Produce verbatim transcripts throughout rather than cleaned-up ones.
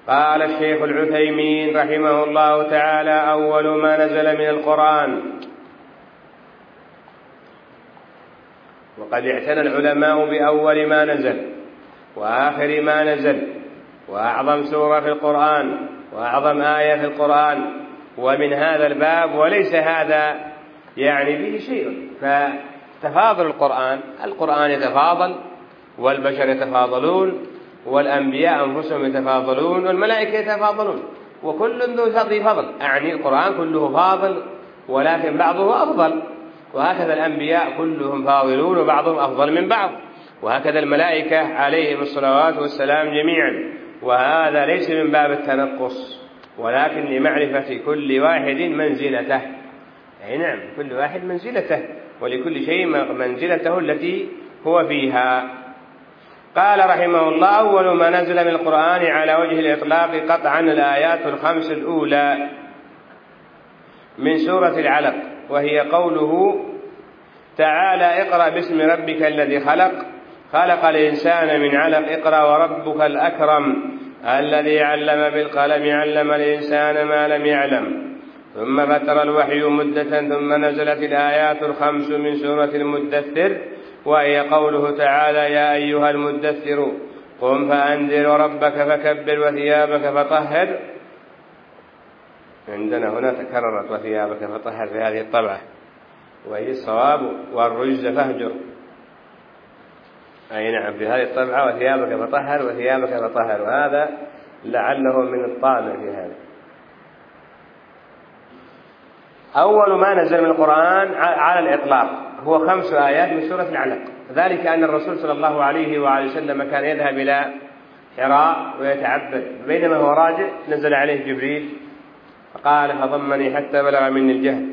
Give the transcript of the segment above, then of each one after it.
قال الشيخ العثيمين رحمه الله تعالى: أول ما نزل من القرآن. وقد اعتنى العلماء بأول ما نزل وآخر ما نزل وأعظم سورة في القرآن وأعظم آية في القرآن، ومن هذا الباب، وليس هذا يعني به شيء، فتفاضل القرآن القرآن يتفاضل، والبشر يتفاضلون، والأنبياء أنفسهم يتفاضلون، والملائكة يتفاضلون، وكل ذو فضل، يعني القرآن كله فاضل، ولكن بعضه أفضل، وهكذا الأنبياء كلهم فاضلون وبعضهم أفضل من بعض، وهكذا الملائكة عليهم الصلوات والسلام جميعا. وهذا ليس من باب التنقص، ولكن لمعرفة كل واحد منزلته. أي نعم، كل واحد منزلته، ولكل شيء منزلته التي هو فيها. قال رحمه الله: أول ما نزل من القرآن على وجه الإطلاق قطعا الآيات الخمس الأولى من سورة العلق، وهي قوله تعالى: اقرأ باسم ربك الذي خلق خلق الإنسان من علق اقرأ وربك الأكرم الذي علم بالقلم علم الإنسان ما لم يعلم. ثم فتر الوحي مدة ثم نزلت الآيات الخمس من سورة المدثر، وهي قوله تعالى: يا أيها المدثر قم فأنذر وربك فكبر وثيابك فطهر. عندنا هنا تكررت وثيابك فطهر في هذه الطبعة، وهي الصواب: والرجز فاهجر. أي نعم، في هذه الطبعة وثيابك فطهر وثيابك فطهر، وهذا لعله من الطابع في هذا. أول ما نزل من القرآن على الإطلاق هو خمس آيات من سورة العلق، ذلك أن الرسول صلى الله عليه وآله وسلم كان يذهب إلى حراء ويتعبد، بينما هو راجع نزل عليه جبريل فقال: فضمني حتى بلغ مني الجهد،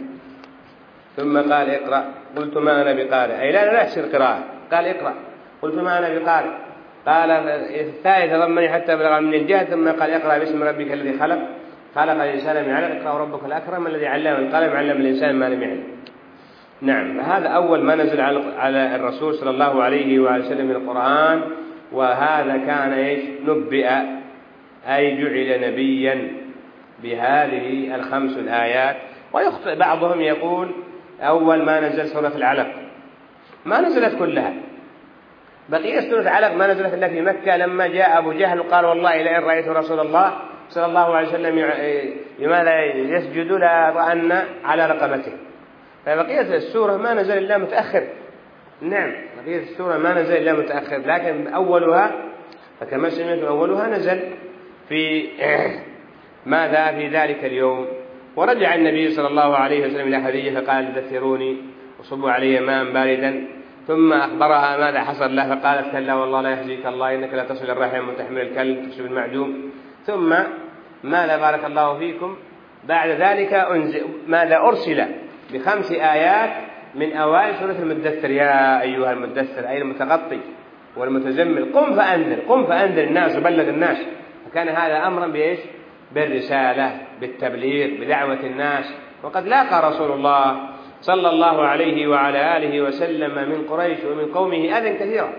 ثم قال: اقرأ. قلت: ما أنا بقارئ، أي لا لا أحسن القراءة. قال: اقرأ. قلت: ما أنا بقارئ. قال الثالث: ضمني حتى بلغ مني الجهد، ثم قال: اقرأ باسم ربك الذي خلق خلق الإنسان من علق اقرأ وربك الأكرم الذي علم بالقلم علم الإنسان ما لم يعلم. نعم، هذا أول ما نزل على الرسول صلى الله عليه وآله وسلم من القرآن، وهذا كان إيش؟ نبئ، أي جعل نبيا بهذه الخمس الآيات. ويخطئ بعضهم يقول أول ما نزل سورة العلق، ما نزلت كلها، بقية سورة العلق ما نزلت إلا في مكة، لما جاء أبو جهل وقال: والله لئن رأيت رسول الله صلى الله عليه وسلم لماذا يسجد لأطأن على رقبته. فبقية السورة ما نزل إلا متأخر. نعم، بقية السورة ما نزل إلا متأخر، لكن أولها فكما سمعت أولها نزل في ماذا في ذلك اليوم. ورجع النبي صلى الله عليه وسلم إلى خديجة فقال: دثروني وصبوا علي ماء باردا، ثم أخبرها ماذا حصل له، فقالت: كلا والله لا يخزيك الله إنك لا تصل الرحم وتحمل الكلب تكسب المعدوم. ثم ماذا بارك الله فيكم بعد ذلك أنزل ماذا أرسل بخمس آيات من أوائل سورة المدثر: يا أيها المدثر، أي المتغطي والمتزمل، قم فأنذر، قم فأنذر الناس وبلغ الناس. فكان هذا أمرا بإيش؟ بالرسالة، بالتبليغ، بدعوة الناس. وقد لاقى رسول الله صلى الله عليه وعلى آله وسلم من قريش ومن قومه أذى كثيرا.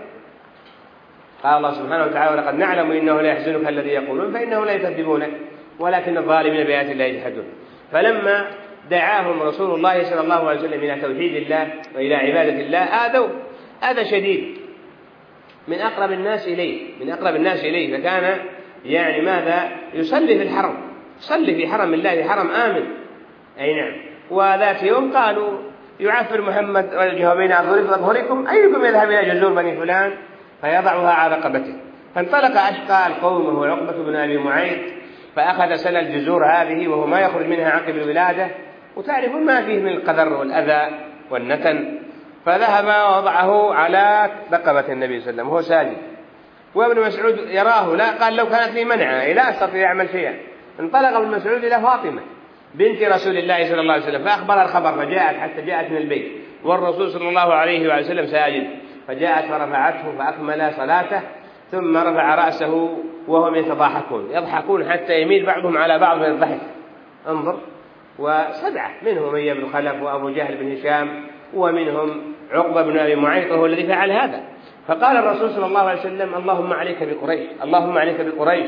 قال الله سبحانه وتعالى: ولقد نعلم إنه لا يحزنك الذي يقولون فإنه لا يكذبونك ولكن الظالمين بآيات الله يجحدون. فلما دعاهم رسول الله صلى الله عليه وسلم إلى توحيد الله وإلى عبادة الله آذوا أذى شديد من أقرب الناس إليه من أقرب الناس إليه فكان يعني ماذا يصلي في الحرم، يصلي في حرم الله، حرم آمن. أي نعم. وذات يوم قالوا: يعفر محمد وجهه بين أظهركم أيكم يذهب إلى جزور بني فلان فيضعها على رقبته. فانطلق أشقى القوم وهو عقبة بن أبي معيط فأخذ سل الجزور هذه وهو ما يخرج منها عقب الولادة، وتعرفون ما فيه من القدر والأذى والنتن، فذهب ووضعه على رقبة النبي صلى الله عليه وسلم وهو ساجد. وابن مسعود يراه، لا قال: لو كانت لي منعة لا أستطيع أعمل شيئا. انطلق ابن مسعود إلى فاطمة بنت رسول الله صلى الله عليه وسلم فأخبر الخبر، فجاءت حتى جاءت من البيت والرسول صلى الله عليه وآله وسلم ساجد، فجاءت فرفعته فأكمل صلاته، ثم رفع رأسه وهم يتضاحكون يضحكون حتى يميل بعضهم على بعض من الضحك. انظر، وسبعة منهم أمية بن خلف وأبو جهل بن هشام ومنهم عقبة بن أبي معيط وهو الذي فعل هذا. فقال الرسول صلى الله عليه وسلم: اللهم عليك بقريش، اللهم عليك بقريش،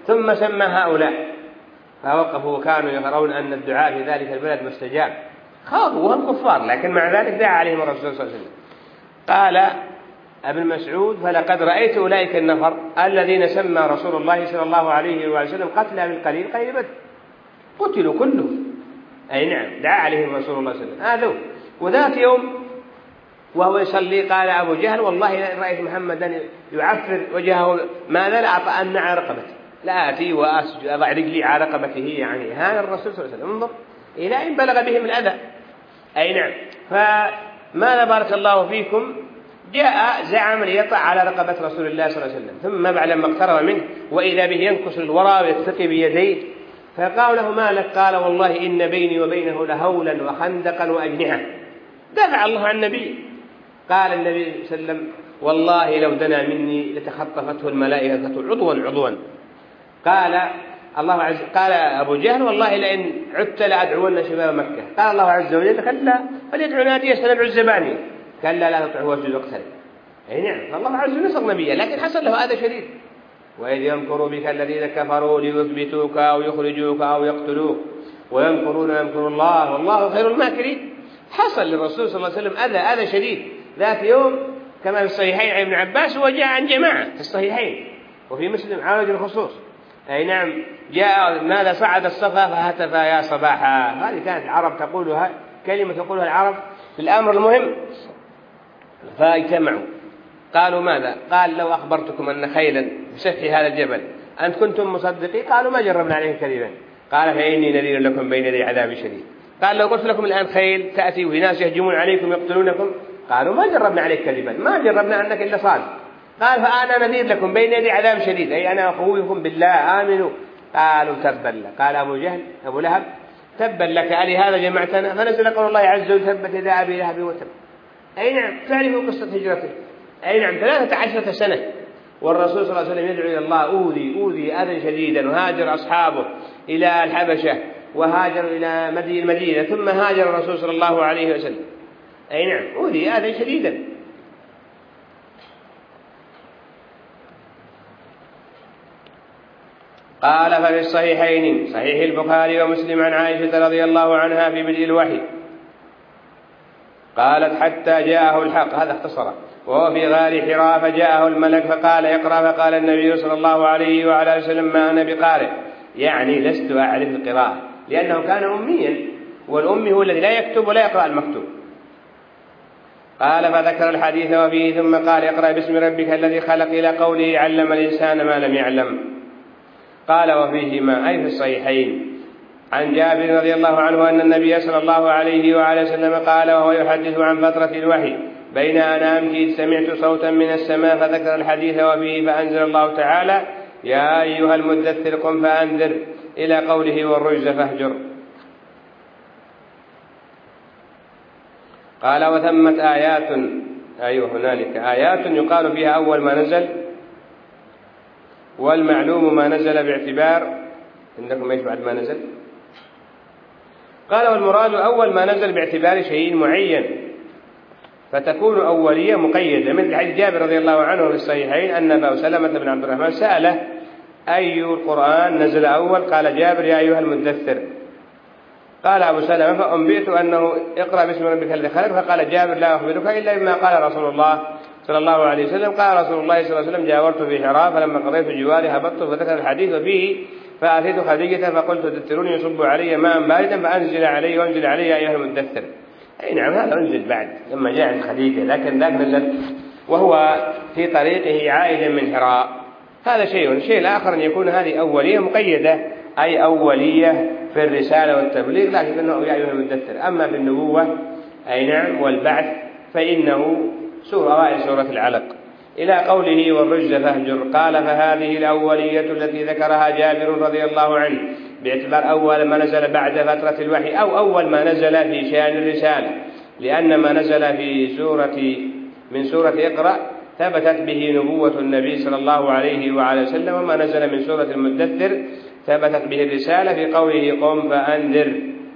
ثم سمى هؤلاء فوقفوا وكانوا يرون أن الدعاء في ذلك البلد مستجاب، خاضوا وهم كفار لكن مع ذلك دعا عليهم الرسول صلى الله عليه وسلم. قال ابن مسعود: فلقد رأيت أولئك النفر الذين سمى رسول الله صلى الله عليه وسلم قتلى بالقليل قليل بدر، قتلوا كلهم. أي نعم، دعا عليهم رسول الله صلى الله عليه وسلم. هذا وذات يوم وهو يصلي قال أبو جهل: والله رأيت محمدا يعفر وجهه ماذا لأطأن على رقبته، لا آتي وأسجد أضع رجلي على رقبته، يعني هذا الرسول صلى الله عليه وسلم. انظر إلى أن بلغ بهم الأذى. أي نعم. فماذا بارك الله فيكم، جاء زعم ليطع على رقبة رسول الله صلى الله عليه وسلم، ثم بعد ما اقترب منه وإذا به ينكس الورى ويتقي بيديه، فقال له: ما لك؟ قال: والله إن بيني وبينه لهولا وخندقا وأجنحة. دافع الله عن النبي. قال النبي صلى الله عليه وسلم: والله لو دنا مني لتخطفته الملائكة عضوا عضوا. قال الله عز قال أبو جهل: والله لئن عدت لأدعون شباب مكة. قال الله عز وجل: كلا فليدعو ناديه سندعو الزبانية. كلا لا تطعه واسجد واقترب. أي نعم، فالله عز وجل نصر نبيه، لكن حصل له هذا شديد. وإذ يمكر بك الذين كفروا ليثبتوك أو يخرجوك أو يقتلوك ويمكرون ويمكر الله والله خير الماكرين. حصل للرسول صلى الله عليه وسلم أذى أذى شديد. ذات يوم كما في الصحيحين عن ابن عباس، وجاء عن جماعة في الصحيحين وفي مسلم على وجه الخصوص. أي نعم، جاء ماذا صعد الصفا فهتف يا صباحا. هذه كانت العرب تقولها، كلمة تقولها العرب في الأمر المهم. فاجتمعوا قالوا: ماذا؟ قال: لو أخبرتكم أن خيلا بسفح هذا الجبل أنت كنتم مصدقين؟ قالوا: ما جربنا عليه كذبا. قال: فإني نذير لكم بين يدي عذاب شديد. قال: لو قلت لكم الآن خيل تأتي وناس يهجمون عليكم يقتلونكم؟ قالوا: ما جربنا عليك كذبا، ما جربنا أنك إلا صادق. قال: فأنا نذير لكم بين يدي عذاب شديد، أي أنا أخوفكم بالله آمنوا. قالوا: تبا لك. قال أبو جهل أبو لهب: تبا لك ألي هذا جمعتنا؟ فنزل قول الله عز وجل: تبت يدا أبي لهب وتب. أي نعم، تعرفوا قصة هجرته. أي نعم، ثلاثة عشرة سنة والرسول صلى الله عليه وسلم يدعو إلى الله: أوذي أوذي أذى شديدا. وهاجر أصحابه إلى الحبشة وهاجروا إلى المدينة، ثم هاجر الرسول صلى الله عليه وسلم. أي نعم، أوذي أذى شديدا. قال: ففي الصحيحين صحيح البخاري ومسلم عن عائشة رضي الله عنها في بدء الوحي قالت: حتى جاءه الحق، هذا اختصره، وهو في غار حراء فجاءه الملك فقال: اقرأ. فقال النبي صلى الله عليه وعلى وسلم: ما أنا بقارئ، يعني لست أعرف القراءة، لأنه كان أميا، والأمي هو الذي لا يكتب ولا يقرأ المكتوب. قال: فذكر الحديث وفيه ثم قال: اقرأ باسم ربك الذي خلق إلى قوله: علم الإنسان ما لم يعلم. قال: وفيهما أي في الصحيحين عن جابر رضي الله عنه أن النبي صلى الله عليه وعلى وسلم قال وهو يحدث عن فترة الوحي: بين أنا أمشي سمعت صوتا من السماء، فذكر الحديث وفيه فأنزل الله تعالى: يا أيها المدثر قم فأنذر إلى قوله: والرجز فاهجر. قال: وثمت آيات، أيوه هنالك آيات يقال فيها أول ما نزل، والمعلوم ما نزل باعتبار، عندكم ايش بعد ما نزل؟ قال: والمراد أول ما نزل باعتبار شيء معين، فتكون أولية مقيدة، مثل حديث جابر رضي الله عنه في الصحيحين أن أبا سلمة بن عبد الرحمن سأله: أي القرآن نزل أول؟ قال جابر: يا أيها المدثر. قال أبو سلمة: فأنبئت أنه اقرأ باسم ربك الذي خلق. فقال جابر: لا أخبرك إلا بما قال رسول الله صلى الله عليه وسلم. قال رسول الله صلى الله عليه وسلم: جاورت في حراء فلما قضيت جواري هبطت، فذكر الحديث وفيه فأتيت خديجة فقلت: دثروني يصب علي ماء باردا فأنزل علي وأنزل علي يا أيها المدثر. أي نعم، هذا أنزل بعد لما جاءت خديجة، لكن ذاك نزل وهو في طريقه عائدا من حراء. هذا شيء. الشيء الآخر أن يكون هذه أولية مقيدة، أي أولية في الرسالة والتبليغ، لكن أنه يا أيها المدثر. أما بالنبوة أي نعم والبعث فإنه سورة أوائل سورة العلق إلى قوله: والرجز فاهجر. قال: فهذه الأولية التي ذكرها جابر رضي الله عنه باعتبار أول ما نزل بعد فترة الوحي، أو أول ما نزل في شأن الرسالة، لأن ما نزل في سورة من سورة اقرأ ثبتت به نبوة النبي صلى الله عليه وعلى وسلم، وما نزل من سورة المدثر ثبتت به الرسالة في قوله: قم فأنذر.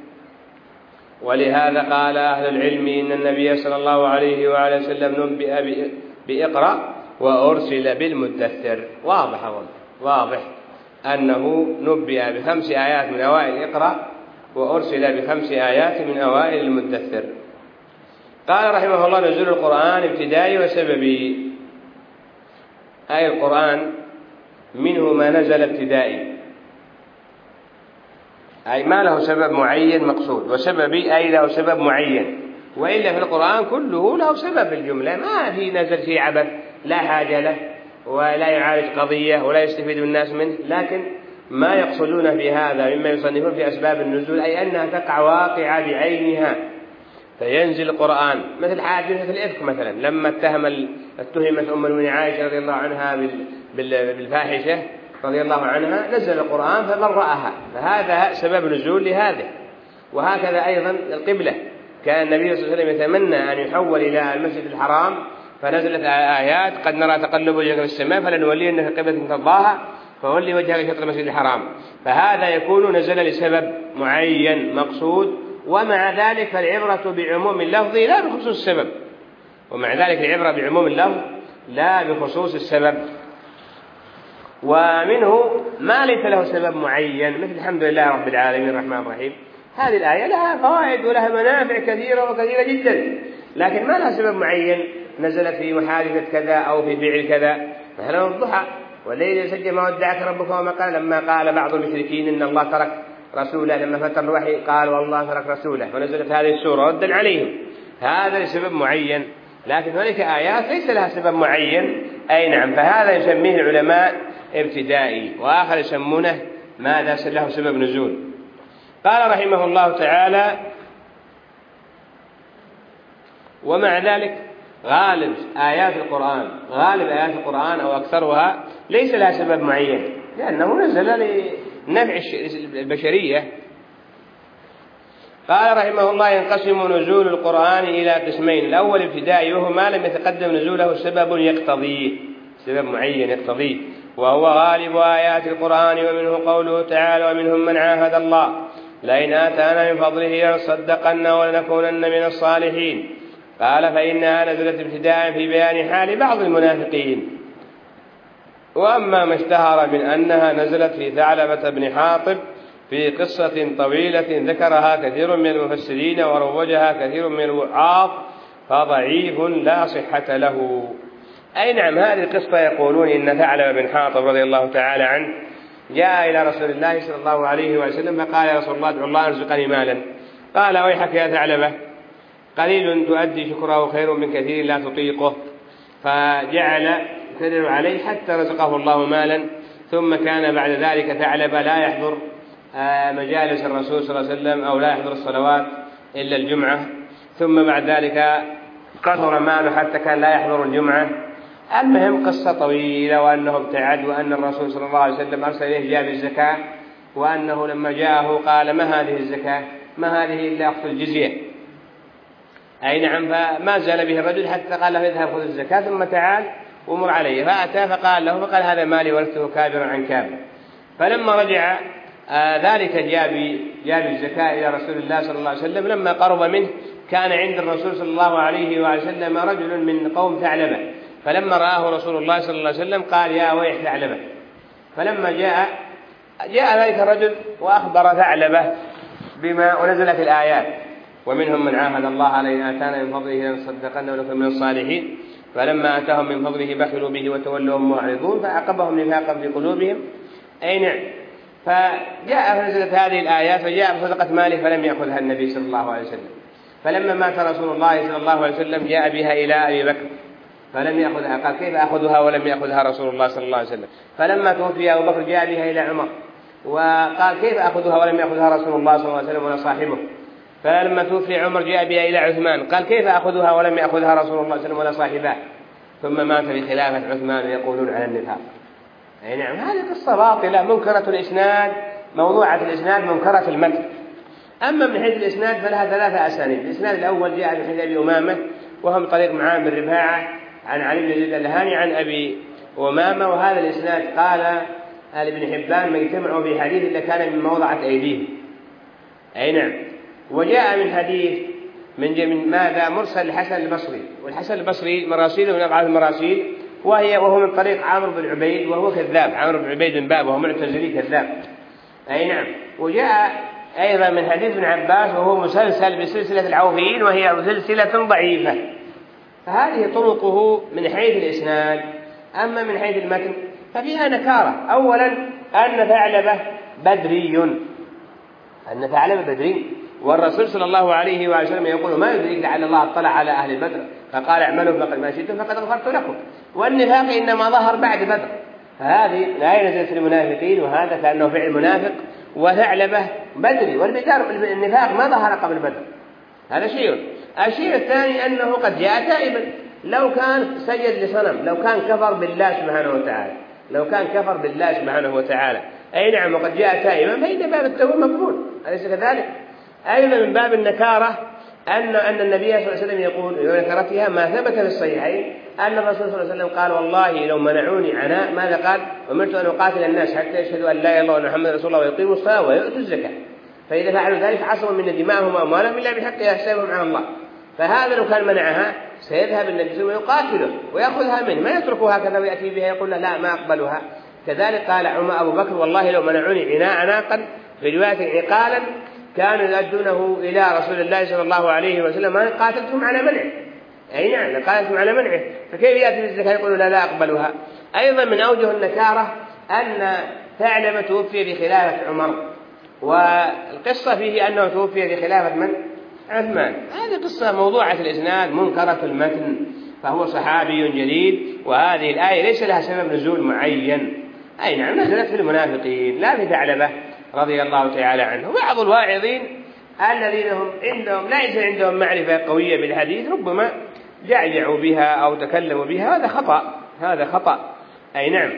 ولهذا قال أهل العلم إن النبي صلى الله عليه وعلى وسلم نبئ بإقرأ وأرسل بالمدثر. واضح واضح. أنه نبئ بخمس آيات من أوائل اقرأ وأرسل بخمس آيات من أوائل المدثر. قال رحمه الله: نزول القرآن ابتدائي وسببي، أي القرآن منه ما نزل ابتدائي، أي ما له سبب معين مقصود، وسببي أي له سبب معين، وإلا في القرآن كله له سبب في الجملة، ما في نزل فيه عبث لا حاجة له ولا يعالج قضية ولا يستفيد الناس منه. لكن ما يقصدون في هذا مما يصنفون في أسباب النزول أي أنها تقع واقعة بعينها فينزل القرآن، مثل حادثة الإفك مثلا، لما اتهم اتهمت أم المؤمنين عائشة رضي الله عنها بالفاحشة رضي الله عنها، نزل القرآن فبرأها، فهذا سبب نزول لهذا. وهكذا أيضا القبلة، كان النبي صلى الله عليه وسلم يتمنى أن يحول إلى المسجد الحرام، فنزلت آيات: قد نرى تقلب وجهك في السماء فلنولينك قبلة ترضاها فولي وجهك شطر المسجد الحرام. فهذا يكون نزل لسبب معين مقصود، ومع ذلك فالعبرة بعموم اللفظ لا بخصوص السبب، ومع ذلك العبرة بعموم اللفظ لا بخصوص السبب. ومنه ما ليس له سبب معين، مثل الحمد لله رب العالمين الرحمن الرحيم، هذه الآية لها فوائد ولها منافع كثيرة وكثيرة جدا، لكن ما لها سبب معين، نزلت في محادثة كذا أو في فعل كذا. مثلا الضحى: والليل يسجى ما ودعك ربك وما قال، لما قال بعض المشركين إن الله ترك رسوله، لما فتر الوحي قال والله ترك رسوله، فنزلت هذه السورة ردا عليهم. هذا لسبب معين، لكن هناك آيات ليس لها سبب معين، أي نعم، فهذا يسميه العلماء ابتدائي، وآخر يسمونه ماذا له سبب نزول. قال رحمه الله تعالى: ومع ذلك غالب آيات القرآن غالب آيات القرآن أو أكثرها ليس لها سبب معين، لأنه نزل لنفع البشرية. قال رحمه الله: ينقسم نزول القرآن إلى قسمين: الأول ابتدائي، وهو ما لم يتقدم نزوله سبب يقتضيه، سبب معين يقتضيه، وهو غالب آيات القرآن، ومنه قوله تعالى: ومنهم من عاهد الله لئن آتانا من فضله لنصدقن ولنكونن من الصالحين. قال: فإنها نزلت ابتداء في بيان حال بعض المنافقين. وأما ما اشتهر من أنها نزلت في ثعلبة بن حاطب في قصة طويلة ذكرها كثير من المفسرين وروجها كثير من الوعاظ فضعيف لا صحة له. أي نعم، هذه القصة يقولون إن ثعلبة بن حاطب رضي الله تعالى عنه جاء إلى رسول الله صلى الله عليه وسلم فقال: يا رسول الله ادعو الله ارزقني مالا. قال: ويحك يا ثعلبة، قليل تؤدي شكره خير من كثير لا تطيقه. فجعل يكرر عليه حتى رزقه الله مالا. ثم كان بعد ذلك ثعلبة لا يحضر مجالس الرسول صلى الله عليه وسلم أو لا يحضر الصلوات إلا الجمعة. ثم بعد ذلك كثر ماله حتى كان لا يحضر الجمعة. المهم قصة طويلة، وأنه ابتعد، وأن الرسول صلى الله عليه وسلم أرسل إليه جاب الزكاة، وأنه لما جاءه قال: ما هذه الزكاة؟ ما هذه إلا أخذ الجزية. أي نعم، فما زال به الرجل حتى قال له: اذهب خذ الزكاة ثم تعال ومر عليه. فأتى فقال له فقال: هذا مالي ورثته كابرا عن كابر. فلما رجع آه ذلك جاب جاب الزكاة إلى رسول الله صلى الله عليه وسلم. لما قرب منه كان عند الرسول صلى الله عليه وسلم رجل من قوم ثعلبة، فلما رآه رسول الله صلى الله عليه وسلم قال: يا ويح ثعلبة. فلما جاء جاء ذلك الرجل وأخبر ثعلبة بما ونزلت الآيات: ومنهم من عاهد الله لئن آتانا من فضله لنصدقن ونكون من الصالحين. فلما آتاهم من فضله بخلوا به وتولوا وهم معرضون فعقبهم نفاقا في قلوبهم. أي نعم. فجاء فنزلت هذه الآيات، فجاء بصدقة ماله فلم يأخذها النبي صلى الله عليه وسلم. فلما مات رسول الله صلى الله عليه وسلم جاء بها إلى أبي بكر فلم يأخذها. قال: كيف أخذها ولم يأخذها رسول الله صلى الله عليه وسلم؟ فلما توفي أبو بكر جاء بها إلى عمر وقال: كيف أخذها ولم يأخذها رسول الله صلى الله عليه وسلم ولا صاحبه؟ فلما توفي عمر جاء بها إلى عثمان قال: كيف أخذها ولم يأخذها رسول الله صلى الله عليه وسلم ولا صاحبه؟ ثم مات بخلافة عثمان يقولون على النفاق. أي نعم، هذه قصة باطلة منكرة الإسناد، موضوعة الإسناد، منكرة المتن. أما من حيث الإسناد فلها ثلاثة أسانيد. الإسناد الأول جاء من حيث أبي أمامة وهم طريق معان بن رفاعة عن علي بن زيد اللهاني عن أبي أمامة، وهذا الإسناد قال ابن حبان: ما يجتمعوا في حديث إلا كان من موضعة أيديهم. أي نعم. وجاء من حديث من, من ماذا مرسل الحسن البصري، والحسن البصري مراسيله من أبعاد المراسيل وهي وهو من طريق عمرو بن عبيد وهو كذاب، عمرو بن عبيد بن باب وهو معتزلي كذاب. أي نعم. وجاء أيضا من حديث ابن عباس وهو مسلسل بسلسلة العوفيين وهي سلسلة ضعيفة. فهذه طرقه من حيث الإسناد. أما من حيث المتن ففيها نكارة. أولا أن ثعلبة بدري، أن ثعلبة بدري، والرسول صلى الله عليه وسلم يقول ما يدريك لعل الله اطلع على أهل بدر فقال اعملوا فقد ما شئتم فقد غفرت لكم. والنفاق إنما ظهر بعد بدر، فهذه لا نزلت في المنافقين، وهذا كأنه فعل منافق. وثعلبة بدري، والنفاق ما ظهر قبل بدر. هذا شيء. الشيء الثاني أنه قد جاء تائبا. لو كان سجد لصنم، لو كان كفر بالله سبحانه وتعالى، لو كان كفر بالله سبحانه وتعالى أي نعم وقد جاء تائبا فإن باب التوبة مقبول، أليس كذلك؟ أيضا من باب النكارة أن أن النبي صلى الله عليه وسلم يقول ونكرتها ما ثبت في الصحيحين أن الرسول صلى الله عليه وسلم قال والله لو منعوني عناء، ماذا قال؟ أمرت أن أقاتل الناس حتى يشهدوا أن لا إله إلا الله وأن محمدا رسول الله ويقيموا الصلاة ويؤتوا الزكاة، فإذا فعلوا ذلك عصموا من دماءهم وأموالهم إلا بحقها حسابهم على الله. فهذا لو كان منعها سيذهب النبي صلى الله عليه وسلم ويقاتله ويأخذها منه، ما يتركها هكذا ويأتي بها يقول له لا ما أقبلها. كذلك قال عمر أبو بكر والله لو منعوني عناء عناقا، في رواية عقالا، كانوا يؤدونه إلى رسول الله صلى الله عليه وسلم ما قاتلتهم على منعه. أي نعم قاتلتهم على منعه، فكيف يأتي بالزكاة يقول لا لا أقبلها. أيضا من أوجه النكارة أن ثعلبة توفي في خلافة عمر، والقصة فيه أنه توفي في خلافة من؟ عثمان. هذه قصة موضوعة الإسناد منكرة المتن، فهو صحابي جليل، وهذه الآية ليس لها سبب نزول معين. أي نعم نزلت في المنافقين لا في ثعلبة رضي الله تعالى عنه. بعض الواعظين الذين هم عندهم ليس عندهم معرفة قوية بالحديث ربما جعجعوا بها أو تكلموا بها، هذا خطأ، هذا خطأ. أي نعم.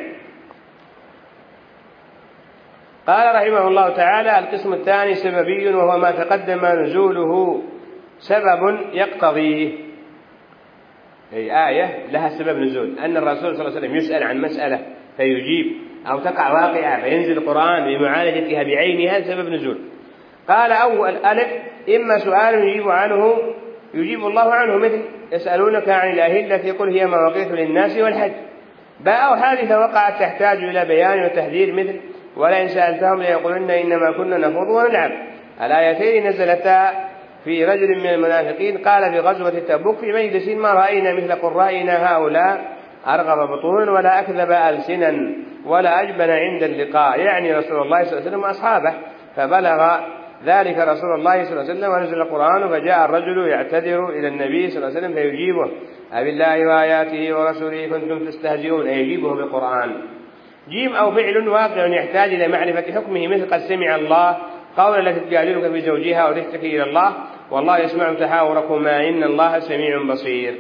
قال رحمه الله تعالى القسم الثاني سببي، وهو ما تقدم نزوله سبب يقتضيه. أي آية لها سبب نزول، أن الرسول صلى الله عليه وسلم يسأل عن مسألة فيجيب، أو تقع واقعة فينزل القرآن بمعالجتها بعينها سبب نزول. قال أول ألف إما سؤال يجيب عنه يجيب الله عنه، مثل يسألونك عن الأهلة قل هي مواقيت للناس والحج. باء أو حادثة وقعت تحتاج إلى بيان وتحذير، مثل ولئن سألتهم ليقولن إنما كنا نخوض ونلعب. الآيتين نزلتا في رجل من المنافقين قال في غزوة تبوك في مجلس ما رأينا مثل قرائنا هؤلاء أرغب بطونا ولا أكذب ألسنا ولا أجبن عند اللقاء، يعني رسول الله صلى الله عليه وسلم وأصحابه. فبلغ ذلك رسول الله صلى الله عليه وسلم ونزل القرآن، فجاء الرجل يعتذر إلى النبي صلى الله عليه وسلم فيجيبه أبالله وآياته ورسوله كنتم تستهزئون، أي يجيبه بالقرآن. جيم أو فعل واقع يحتاج إلى معرفة حكمه، مثل قد سمع الله قول التي تجادلك في زوجها وتشتكي إلى الله والله يسمع تحاوركما إن الله سميع بصير.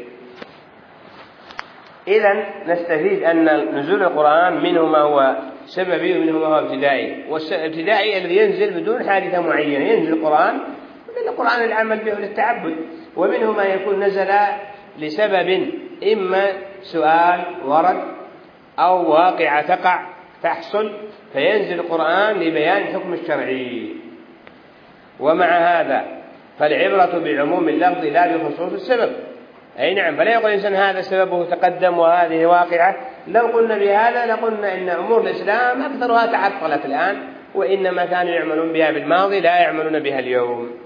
إذن نستفيد أن نزول القرآن منه ما هو سببي ومنه ما هو ابتدائي. والابتدائي الذي ينزل بدون حادثة معينة، ينزل القرآن ومن القرآن العمل به للتعبد، ومنه ما يكون نزل لسبب إما سؤال ورد أو واقعة تقع تحصل فينزل القرآن لبيان الحكم الشرعي. ومع هذا فالعبرة بعموم اللفظ لا بخصوص السبب. أي نعم. فلا يقول الإنسان هذا سببه تقدم وهذه واقعة. لو قلنا بهذا لقلنا إن أمور الإسلام أكثرها تعطلت الآن، وإنما كانوا يعملون بها بالماضي لا يعملون بها اليوم.